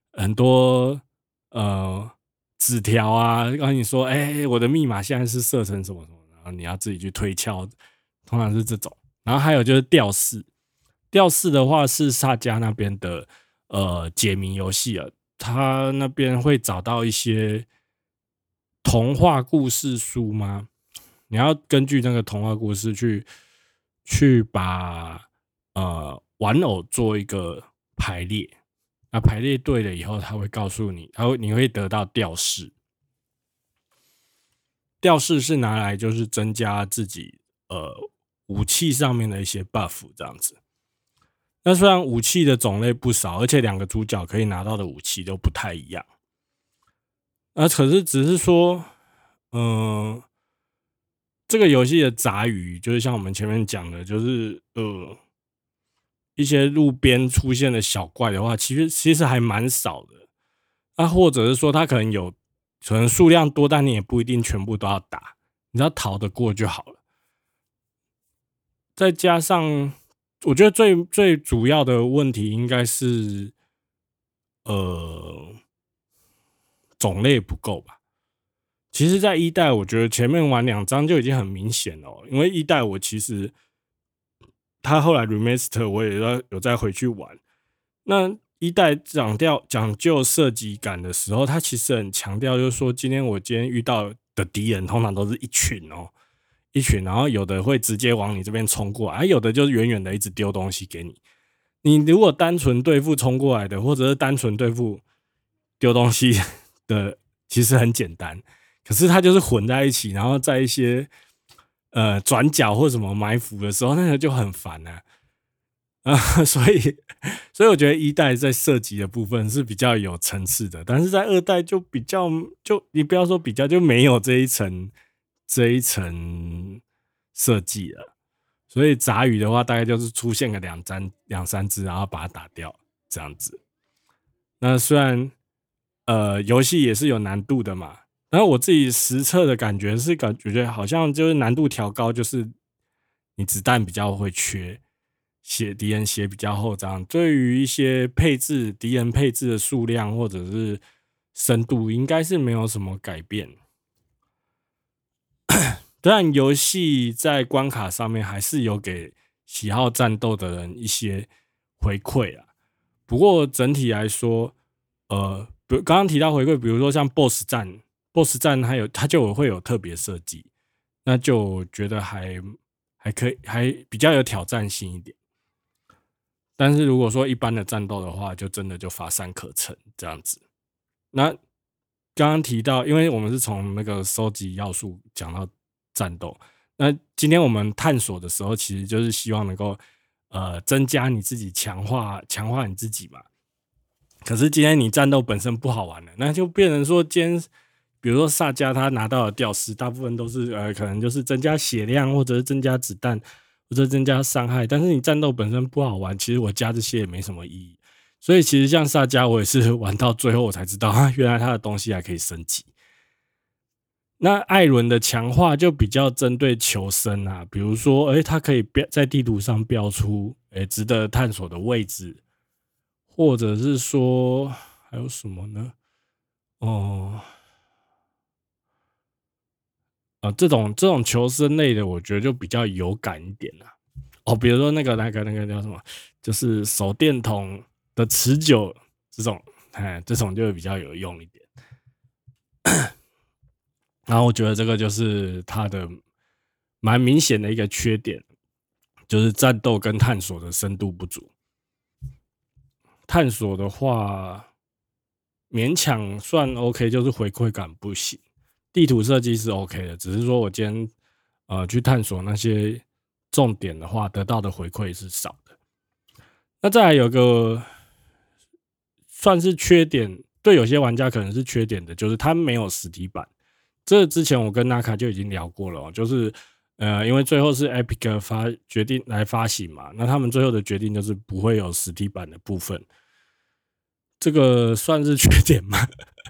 纸条啊，告诉你说，我的密码现在是设成什么什么，然后你要自己去推敲，通常是这种。然后还有就是吊饰，吊饰的话是萨迦那边的解谜游戏啊，他那边会找到一些童话故事书吗？你要根据那个童话故事去把玩偶做一个排列，那排列对了以后，他会告诉你，你会得到吊饰。吊饰是拿来就是增加自己武器上面的一些 buff 这样子。那虽然武器的种类不少，而且2个主角可以拿到的武器都不太一样，可是只是说，这个游戏的杂鱼就是像我们前面讲的，就是一些路边出现的小怪的话，其实还蛮少的。或者是说它可能数量多，但你也不一定全部都要打，你只要逃得过就好了。再加上，我觉得最主要的问题应该是，种类不够吧。其实，在1代，我觉得前面玩2章就已经很明显了因为1代我其实他后来 remaster 我也有再回去玩。那1代讲究射击感的时候，他其实很强调，就是说今天遇到的敌人通常都是一群，然后有的会直接往你这边冲过来，有的就是远远的一直丢东西给你。你如果单纯对付冲过来的，或者是单纯对付丢东西的，其实很简单。可是它就是混在一起，然后在一些转角或什么埋伏的时候，那个就很烦所以我觉得1代在射击的部分是比较有层次的，但是在2代就比较你不要说比较，就没有这一层设计了。所以杂鱼的话，大概就是出现个两三只，然后把它打掉这样子。那虽然游戏也是有难度的嘛，然后我自己实测的感觉是感觉好像就是难度调高，就是你子弹比较会缺，敌人血比较厚，这样对于一些敌人配置的数量或者是深度，应该是没有什么改变。 当然游戏在关卡上面还是有给喜好战斗的人一些回馈啊，不过整体来说，比如刚刚提到回馈，比如说像 BOSS 战它就会有特别设计，那就觉得还可以，还比较有挑战性一点。但是如果说一般的战斗的话，就真的就乏善可陈这样子。那刚刚提到，因为我们是从那个收集要素讲到战斗，那今天我们探索的时候，其实就是希望能够增加你自己，强化你自己嘛。可是今天你战斗本身不好玩了，那就变成说今天。比如说萨迦他拿到的吊饰，大部分都是可能就是增加血量，或者是增加子弹，或者增加伤害。但是你战斗本身不好玩，其实我加这些也没什么意义。所以其实像萨迦，我也是玩到最后我才知道，原来他的东西还可以升级。那艾伦的强化就比较针对求生啊，比如说，他可以在地图上标出值得探索的位置，或者是说还有什么呢？这种求生类的，我觉得就比较有感一点啦。比如说那个叫什么，就是手电筒的持久这种，这种就会比较有用一点。然后我觉得这个就是它的蛮明显的一个缺点，就是战斗跟探索的深度不足。探索的话，勉强算 OK， 就是回馈感不行。地图设计是 OK 的，只是说我今天去探索那些重点的话，得到的回馈是少的。那再来有个算是缺点，对有些玩家可能是缺点的，就是它没有实体版。这之前我跟纳卡就已经聊过了就是因为最后是 Epic 决定来发行嘛，那他们最后的决定就是不会有实体版的部分。这个算是缺点吗？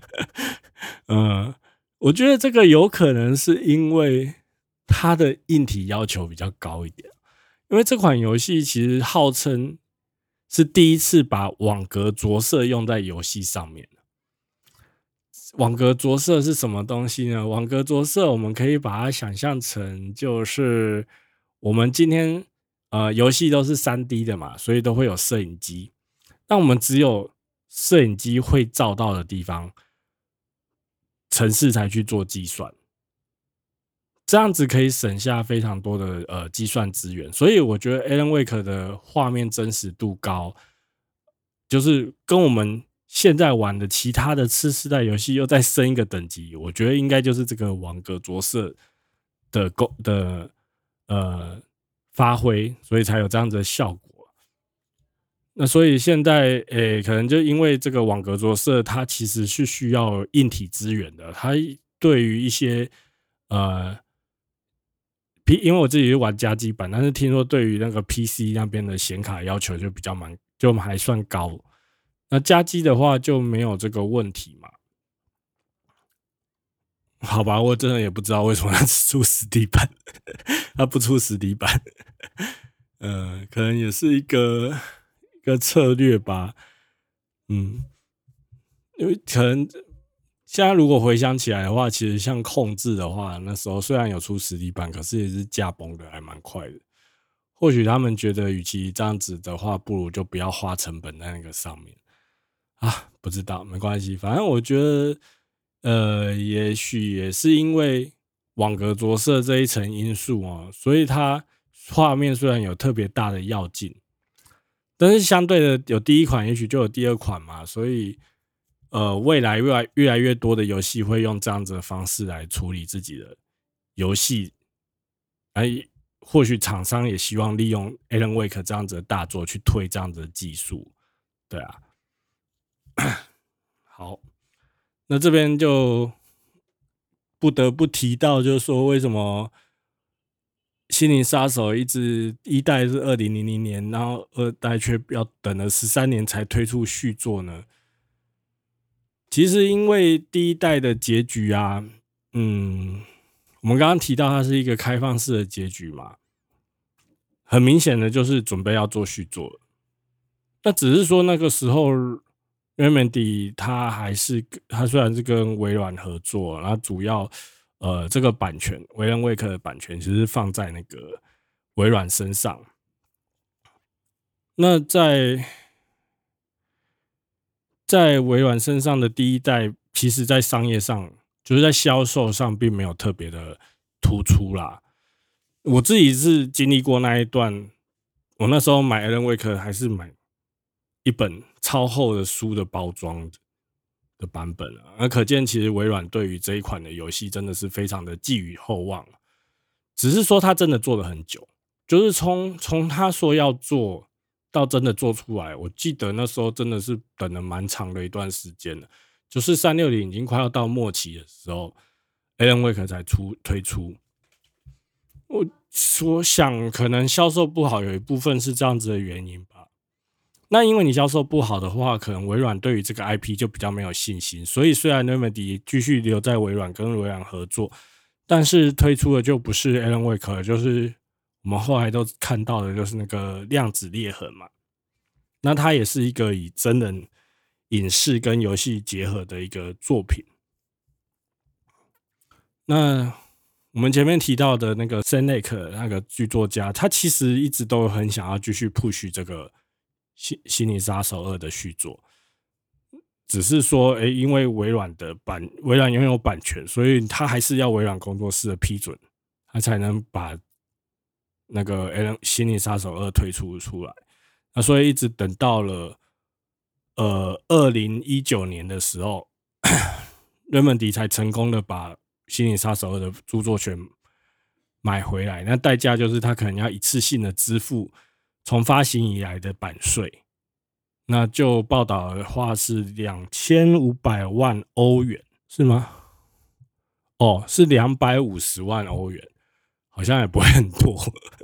我觉得这个有可能是因为它的硬体要求比较高一点，因为这款游戏其实号称是第一次把网格着色用在游戏上面。网格着色是什么东西呢？网格着色我们可以把它想象成就是我们今天游戏都是 3D 的嘛，所以都会有摄影机，但我们只有摄影机会照到的地方，程式才去做计算，这样子可以省下非常多的计算资源，所以我觉得 Alan Wake 的画面真实度高，就是跟我们现在玩的其他的次世代游戏又再升一个等级，我觉得应该就是这个网格着色的发挥，所以才有这样子的效果。那所以现在，可能就因为这个网格着色，它其实是需要硬体资源的。它对于一些呃，因为我自己是玩家机版，但是听说对于那个 PC 那边的显卡要求就比较就还算高。那家机的话就没有这个问题嘛？好吧，我真的也不知道为什么它只出实体版，它不出实体版。可能也是一个策略吧。因为可能现在如果回想起来的话，其实像控制的话，那时候虽然有出实体版，可是也是价崩的还蛮快的。或许他们觉得，与其这样子的话，不如就不要花成本在那个上面啊。不知道，没关系，反正我觉得，也许也是因为网格着色这一层因素所以它画面虽然有特别大的跃进，但是相对的有第一款，也许就有第二款嘛，所以未来越来越多的游戏会用这样子的方式来处理自己的游戏，或许厂商也希望利用 Alan Wake 这样子的大作去推这样子的技术，对啊。好，那这边就不得不提到，就是说为什么心灵杀手一代是2000年，然后二代却要等了13年才推出续作呢？其实因为第一代的结局啊，我们刚刚提到它是一个开放式的结局嘛，很明显的就是准备要做续作了。那只是说那个时候 Remedy 他虽然是跟微软合作，然后主要这个版权，维伦威克的版权其实放在那个微软身上。那在微软身上的第一代，其实在商业上，就是在销售上并没有特别的突出啦。我自己是经历过那一段，我那时候买 Alan Wake 还是买一本超厚的书的包装的版本啊，那可见其实微软对于这一款的游戏真的是非常的寄予厚望，只是说他真的做了很久，就是从他说要做到真的做出来，我记得那时候真的是等了蛮长的一段时间了，就是360已经快要到末期的时候 ，Alan Wake 才推出。我想可能销售不好有一部分是这样子的原因吧。那因为你销售不好的话，可能微软对于这个 IP 就比较没有信心，所以虽然 Remedy 继续留在微软跟微软合作，但是推出的就不是 Alan Wake， 就是我们后来都看到的就是那个量子裂痕嘛。那它也是一个以真人影视跟游戏结合的一个作品。那我们前面提到的那个 Senec 那个剧作家，他其实一直都很想要继续 push 这个心灵杀手2的续作，只是说，因为微软拥有版权，所以他还是要微软工作室的批准，他才能把那个心灵杀手2推出来。那所以一直等到了2019年的时候，Remedy 才成功的把心灵杀手2的著作权买回来。那代价就是他可能要一次性的支付从发行以来的版税。那就报道的话是2500万欧元，是吗？哦，是250万欧元，好像也不会很多。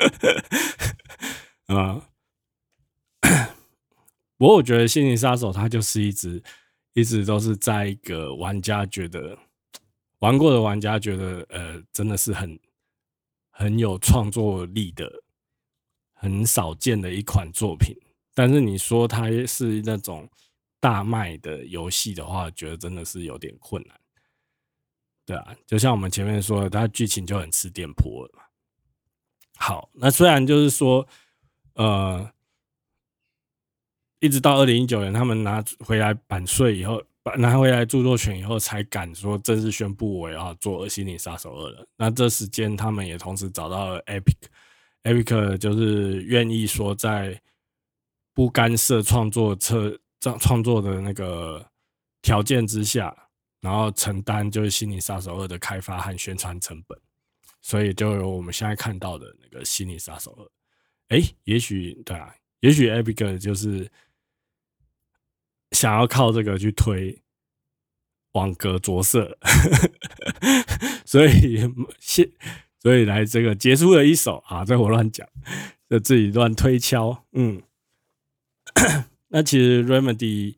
不过我觉得《心灵杀手》它就是一直都是在一个玩家觉得玩过的玩家觉得真的是很有创作力的、很少见的一款作品。但是你说它是那种大卖的游戏的话，觉得真的是有点困难。对啊，就像我们前面说的，它剧情就很吃电波了嘛。好，那虽然就是说，一直到2019年，他们拿回来版税以后，拿回来著作权以后，才敢说正式宣布我要做《心灵杀手2》了。那这时间，他们也同时找到了 Epic 就是愿意说在不干涉创作的那个条件之下，然后承担就是《心灵杀手2》的开发和宣传成本，所以就有我们现在看到的那个《心灵杀手2》。也许对啊，也许 Epic 就是想要靠这个去推网格着色，所以来这个结束了一手啊，这我乱讲，就自己乱推敲。那其实 Remedy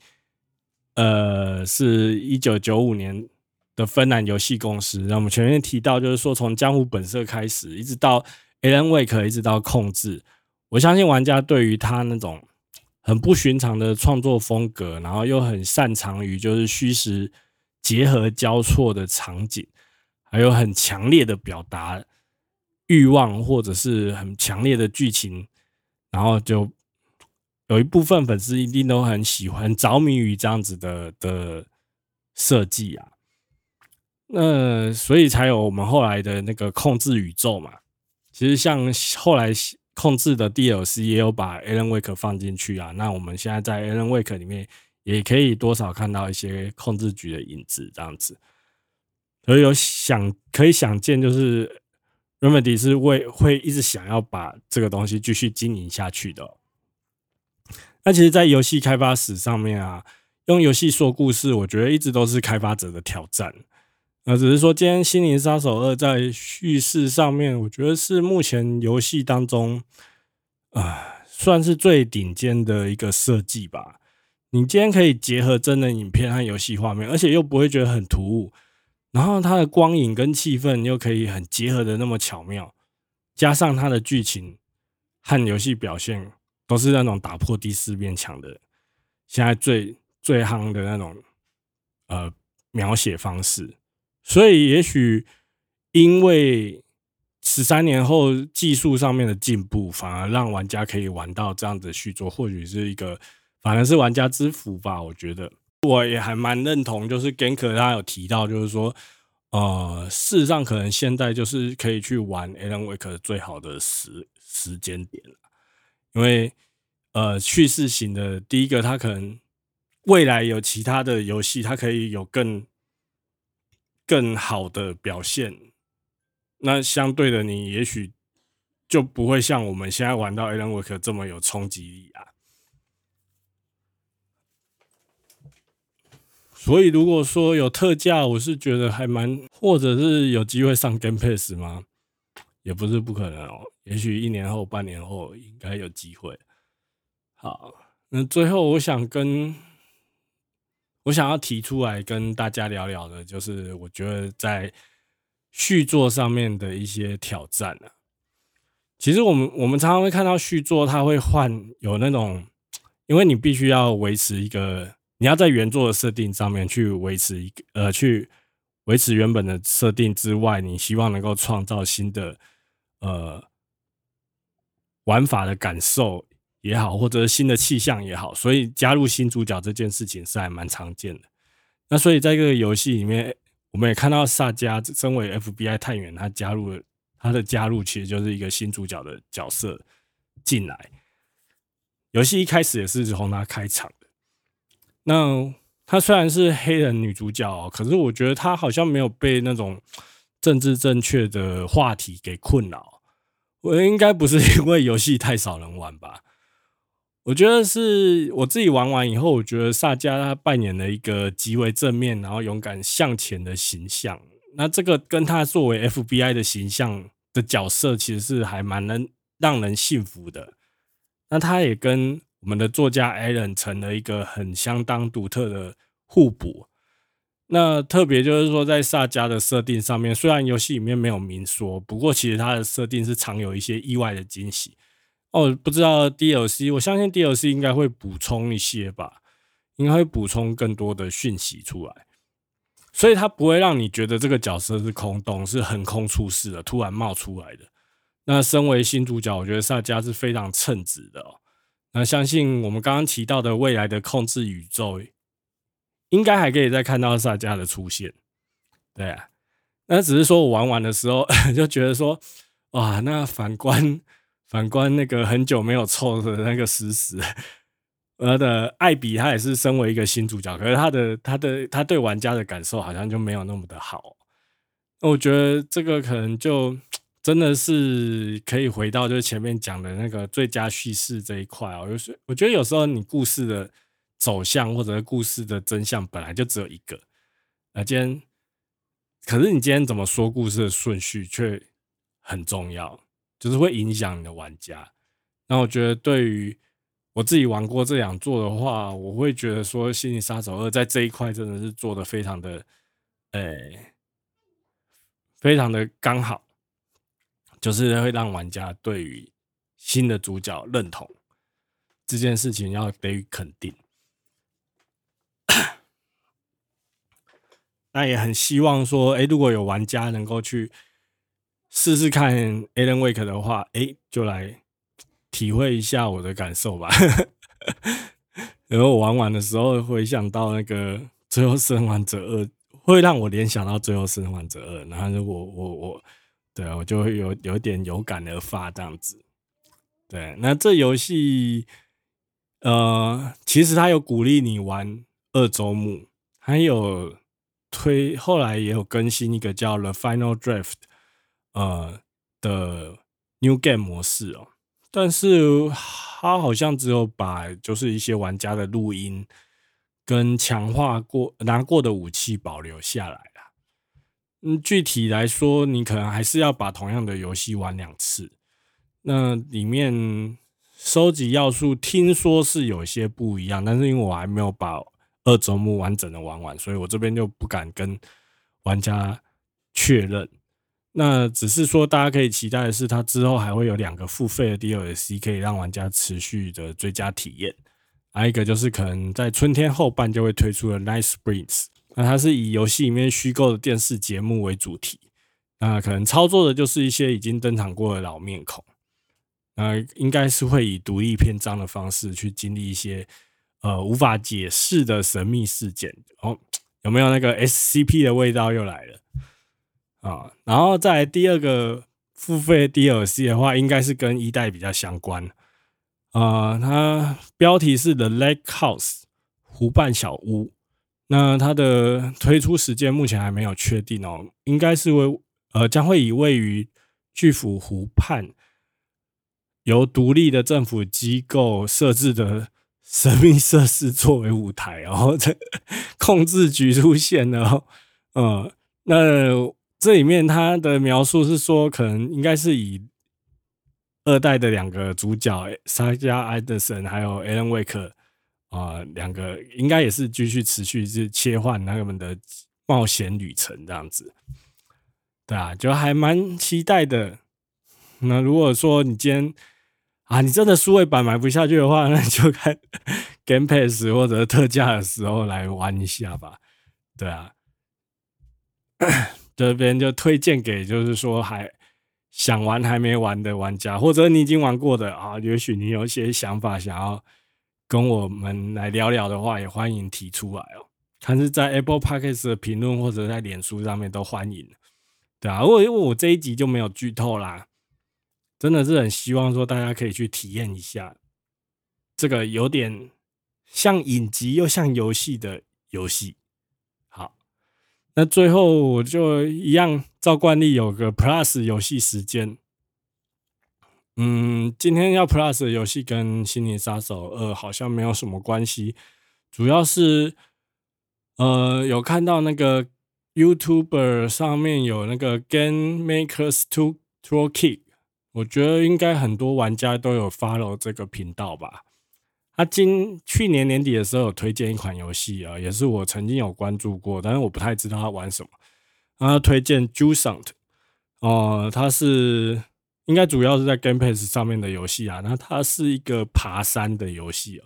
是1995年的芬兰游戏公司。那我们前面提到，就是说从江湖本色开始，一直到 Alan Wake， 一直到控制，我相信玩家对于他那种很不寻常的创作风格，然后又很擅长于就是虚实结合交错的场景，还有很强烈的表达欲望，或者是很强烈的剧情，然后就有一部分粉丝一定都很喜欢、着迷于这样子的设计啊。那所以才有我们后来的那个控制宇宙嘛。其实像后来控制的 DLC 也有把 Alan Wake 放进去啊。那我们现在在 Alan Wake 里面也可以多少看到一些控制局的影子，这样子。所以可以想见，就是 Remedy 是会一直想要把这个东西继续经营下去的。那其实，在游戏开发史上面啊，用游戏说故事，我觉得一直都是开发者的挑战。只是说今天《心灵杀手2》在叙事上面，我觉得是目前游戏当中算是最顶尖的一个设计吧。你今天可以结合真人影片和游戏画面，而且又不会觉得很突兀，然后它的光影跟气氛又可以很结合的那么巧妙，加上它的剧情和游戏表现都是那种打破第四面墙的，现在最夯的那种描写方式。所以也许因为13年后技术上面的进步，反而让玩家可以玩到这样的续作，或许是一个反而是玩家之福吧。我觉得我也还蛮认同，就是 Ganker 他有提到，就是说，事实上可能现在就是可以去玩 Alan Wake 最好的时间点了，因为叙事型的第一个，它可能未来有其他的游戏，它可以有更好的表现。那相对的，你也许就不会像我们现在玩到 Alan Wake 这么有冲击力啊。所以如果说有特价，我是觉得还蛮，或者是有机会上 Game Pass 吗？也不是不可能哦。也许1年后、半年后应该有机会。好，那最后我想要提出来跟大家聊聊的，就是我觉得在续作上面的一些挑战啊。其实我们常常会看到续作，它会有那种，因为你必须要维持一个，你要在原作的设定上面去维持去维持原本的设定之外，你希望能够创造新的呃玩法的感受也好，或者是新的气象也好，所以加入新主角这件事情是还蛮常见的。那所以在这个游戏里面，我们也看到萨迦身为 FBI 探员，他的加入其实就是一个新主角的角色进来。游戏一开始也是从他开场的。那他虽然是黑人女主角可是我觉得他好像没有被那种政治正确的话题给困扰。我应该不是因为游戏太少人玩吧？我觉得是我自己玩完以后，我觉得萨迦他扮演了一个极为正面，然后勇敢向前的形象。那这个跟他作为 FBI 的形象的角色，其实是还蛮能让人信服的。那他也跟我们的作家 Alan 成了一个很相当独特的互补。那特别就是说，在萨迦的设定上面，虽然游戏里面没有明说，不过其实它的设定是常有一些意外的惊喜。不知道 DLC， 我相信 DLC 应该会补充一些吧，应该会补充更多的讯息出来，所以它不会让你觉得这个角色是空洞，是横空出世的，突然冒出来的。那身为新主角，我觉得萨迦是非常称职的哦。那相信我们刚刚提到的未来的控制宇宙，应该还可以再看到萨迦的出现。对啊，那只是说我玩完的时候就觉得说，哇，那反观那个很久没有凑的那个死我的艾比，他也是身为一个新主角，可是他对玩家的感受好像就没有那么的好。我觉得这个可能就真的是可以回到就是前面讲的那个最佳叙事这一块哦。我觉得有时候你故事的走向或者是故事的真相本来就只有一个，可是你今天怎么说故事的顺序却很重要，就是会影响你的玩家。那我觉得对于我自己玩过这两作的话，我会觉得说《心灵杀手2》在这一块真的是做的非常的，非常的刚好，就是会让玩家对于新的主角认同这件事情要给予肯定。那也很希望说，如果有玩家能够去试试看 Alan Wake 的话，就来体会一下我的感受吧。然后我玩完的时候回想到那个《最后生还者2》，会让我联想到《最后生还者2》，然后如果我就会有点有感而发这样子。对，那这游戏其实它有鼓励你玩2周目，还有后来也有更新一个叫 The Final Draft 的 New Game 模式哦。但是他好像只有把就是一些玩家的录音跟强化过拿过的武器保留下来啦。具体来说，你可能还是要把同样的游戏玩2次。那里面收集要素听说是有些不一样，但是因为我还没有把2周目完整的玩完，所以我这边就不敢跟玩家确认。那只是说大家可以期待的是，它之后还会有2个付费的 DLC 可以让玩家持续的追加体验。还有一个就是可能在春天后半就会推出的 Night Springs， 那它是以游戏里面虚构的电视节目为主题。 那可能操作的就是一些已经登场过的老面孔，应该是会以独立篇章的方式去经历一些无法解释的神秘事件。有没有那个 SCP 的味道又来了啊？然后再来第二个付费 DLC 的话，应该是跟一代比较相关。它标题是 The Lake House 湖畔小屋。那它的推出时间目前还没有确定哦，应该是将会以位于巨府湖畔由独立的政府机构设置的神秘设施作为舞台，然后控制局出现了那这里面它的描述是说，可能应该是以二代的两个主角莎加·艾德森还有 Alan Wake 两个应该也是继续持续是切换他们的冒险旅程这样子，对啊，就还蛮期待的。那如果说你今天你真的数位版买不下去的话，那你就看 Game Pass 或者特价的时候来玩一下吧。对啊，这边就推荐给就是说还想玩还没玩的玩家，或者你已经玩过的也许你有一些想法想要跟我们来聊聊的话，也欢迎提出来哦。看是在 Apple Podcast 的评论或者在脸书上面都欢迎。对啊，因为我这一集就没有剧透啦，真的是很希望说大家可以去体验一下这个有点像影集又像游戏的游戏。好，那最后我就一样照惯例有个 Plus 游戏时间。今天要 Plus 的游戏跟《心灵杀手2》好像没有什么关系，主要是有看到那个 YouTuber 上面有那个 Game Makers Toolkit， 我觉得应该很多玩家都有 follow 这个频道吧。他去年年底的时候有推荐一款游戏也是我曾经有关注过，但是我不太知道他玩什么。他推荐 Jusant， 它是应该主要是在 Game Pass 上面的游戏啊。那它是一个爬山的游戏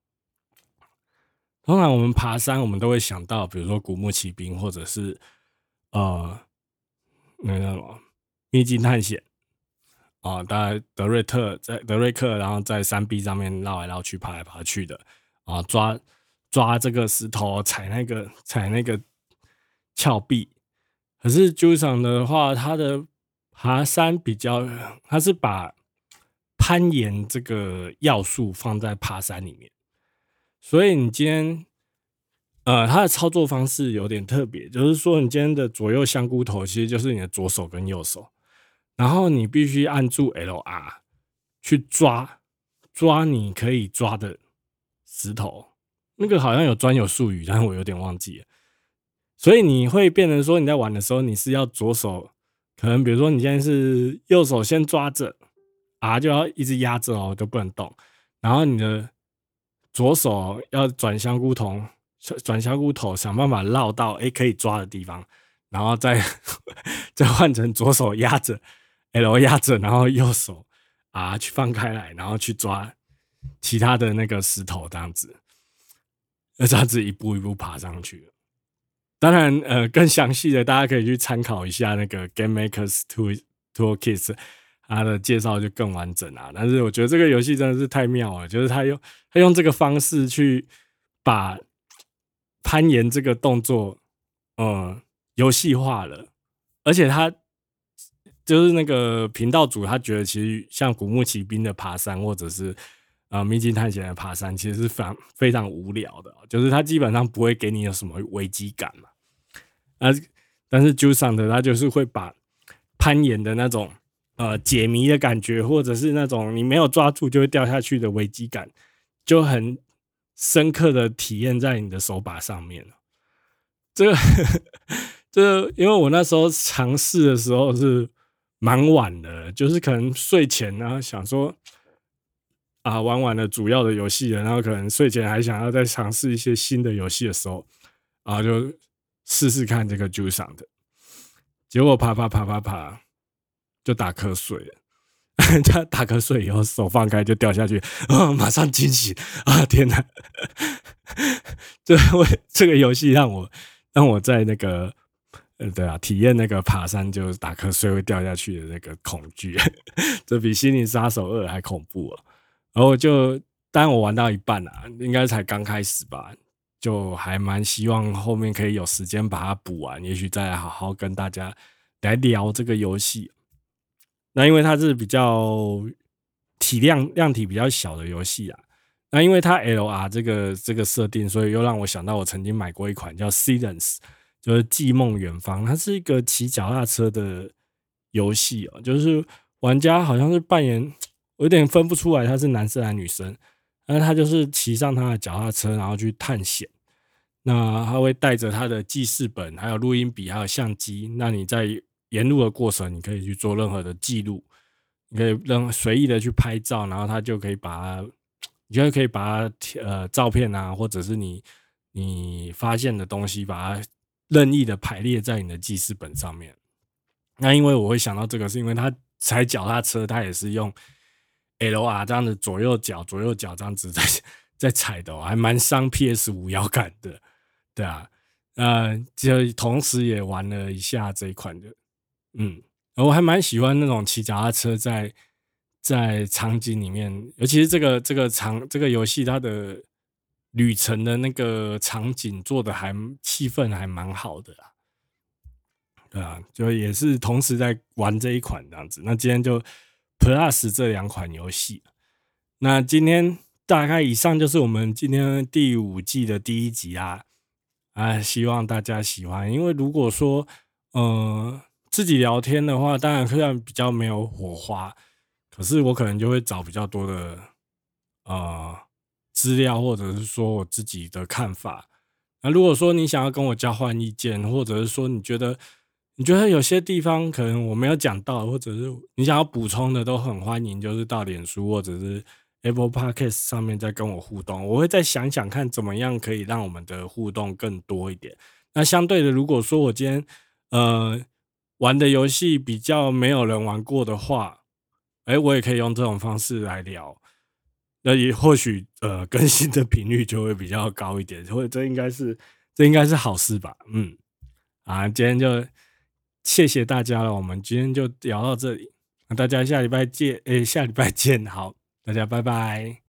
通常我们爬山，我们都会想到，比如说古墓奇兵，或者是那个什么秘境探险大概德瑞克，然后在山壁上面绕来绕去、爬来爬去的抓这个石头，踩那个峭壁。可是 Jusant 的话，它的爬山它是把攀岩这个要素放在爬山里面。所以你今天它的操作方式有点特别，就是说你今天的左右香菇头其实就是你的左手跟右手，然后你必须按住 LR 去抓你可以抓的石头，那个好像有专有术语，但是我有点忘记了。所以你会变成说你在玩的时候，你是要左手，可能比如说你现在是右手先抓着就要一直压着都不能动，然后你的左手要转香菇头，想办法绕到可以抓的地方，然后再换成左手压着 L 压着，然后右手去放开来，然后去抓其他的那个石头，这样子一步一步爬上去。当然更详细的大家可以去参考一下那个 Game Makers Toolkit， 它的介绍就更完整啊。但是我觉得这个游戏真的是太妙了，就是他用这个方式去把攀岩这个动作游戏化了，而且他就是那个频道主，他觉得其实像古墓奇兵的爬山，或者是秘境探险的爬山，其实是非常无聊的，就是他基本上不会给你有什么危机感嘛。但是 Jusant 他就是会把攀岩的那种解谜的感觉，或者是那种你没有抓住就会掉下去的危机感，就很深刻的体验在你的手把上面。这个因为我那时候尝试的时候是蛮晚的，就是可能睡前想说玩完了主要的游戏了，然后可能睡前还想要再尝试一些新的游戏的时候就试试看这个 Jusant， 结果爬就打瞌睡了。他打瞌睡以后手放开就掉下去马上惊醒天哪这个游戏让我在那个对啊，体验那个爬山就是打瞌睡会掉下去的那个恐惧，这比《心灵杀手2》还恐怖啊！然后当然我玩到一半啊，应该才刚开始吧，就还蛮希望后面可以有时间把它补完，也许再好好跟大家来聊这个游戏。那因为它是比较量体比较小的游戏啊，那因为它 LR 这个设定，所以又让我想到我曾经买过一款叫 Silence， 就是寄梦远方，它是一个骑脚踏车的游戏哦，就是玩家好像是扮演，我有点分不出来他是男生还是女生，但是他就是骑上他的脚踏车，然后去探险。那他会带着他的记事本，还有录音笔，还有相机。那你在沿路的过程，你可以去做任何的记录，你可以随意的去拍照，然后他就可以把它，你就可以把它照片啊，或者是你发现的东西，把它任意的排列在你的记事本上面。那因为我会想到这个，是因为他踩脚踏车，他也是用 LR 这样的左右脚这样子在踩的哦，还蛮伤 PS5摇杆的。对啊，就同时也玩了一下这一款的，我还蛮喜欢那种骑脚踏车在场景里面，尤其是这个游戏它的旅程的那个场景做的气氛还蛮好的啦。对啊，就也是同时在玩这一款这样子。那今天就 Plus 这2款游戏。那今天大概以上就是我们今天第5季的第1集啦。希望大家喜欢。因为如果说自己聊天的话，当然虽然比较没有火花，可是我可能就会找比较多的资料，或者是说我自己的看法。那如果说你想要跟我交换意见，或者是说你觉得有些地方可能我没有讲到，或者是你想要补充的，都很欢迎，就是到脸书或者是 Apple Podcast 上面再跟我互动，我会再想想看怎么样可以让我们的互动更多一点。那相对的，如果说我今天玩的游戏比较没有人玩过的话，我也可以用这种方式来聊。那也或许更新的频率就会比较高一点，或者这应该是好事吧。今天就谢谢大家了，我们今天就聊到这里，那大家下礼拜见，好，大家拜拜。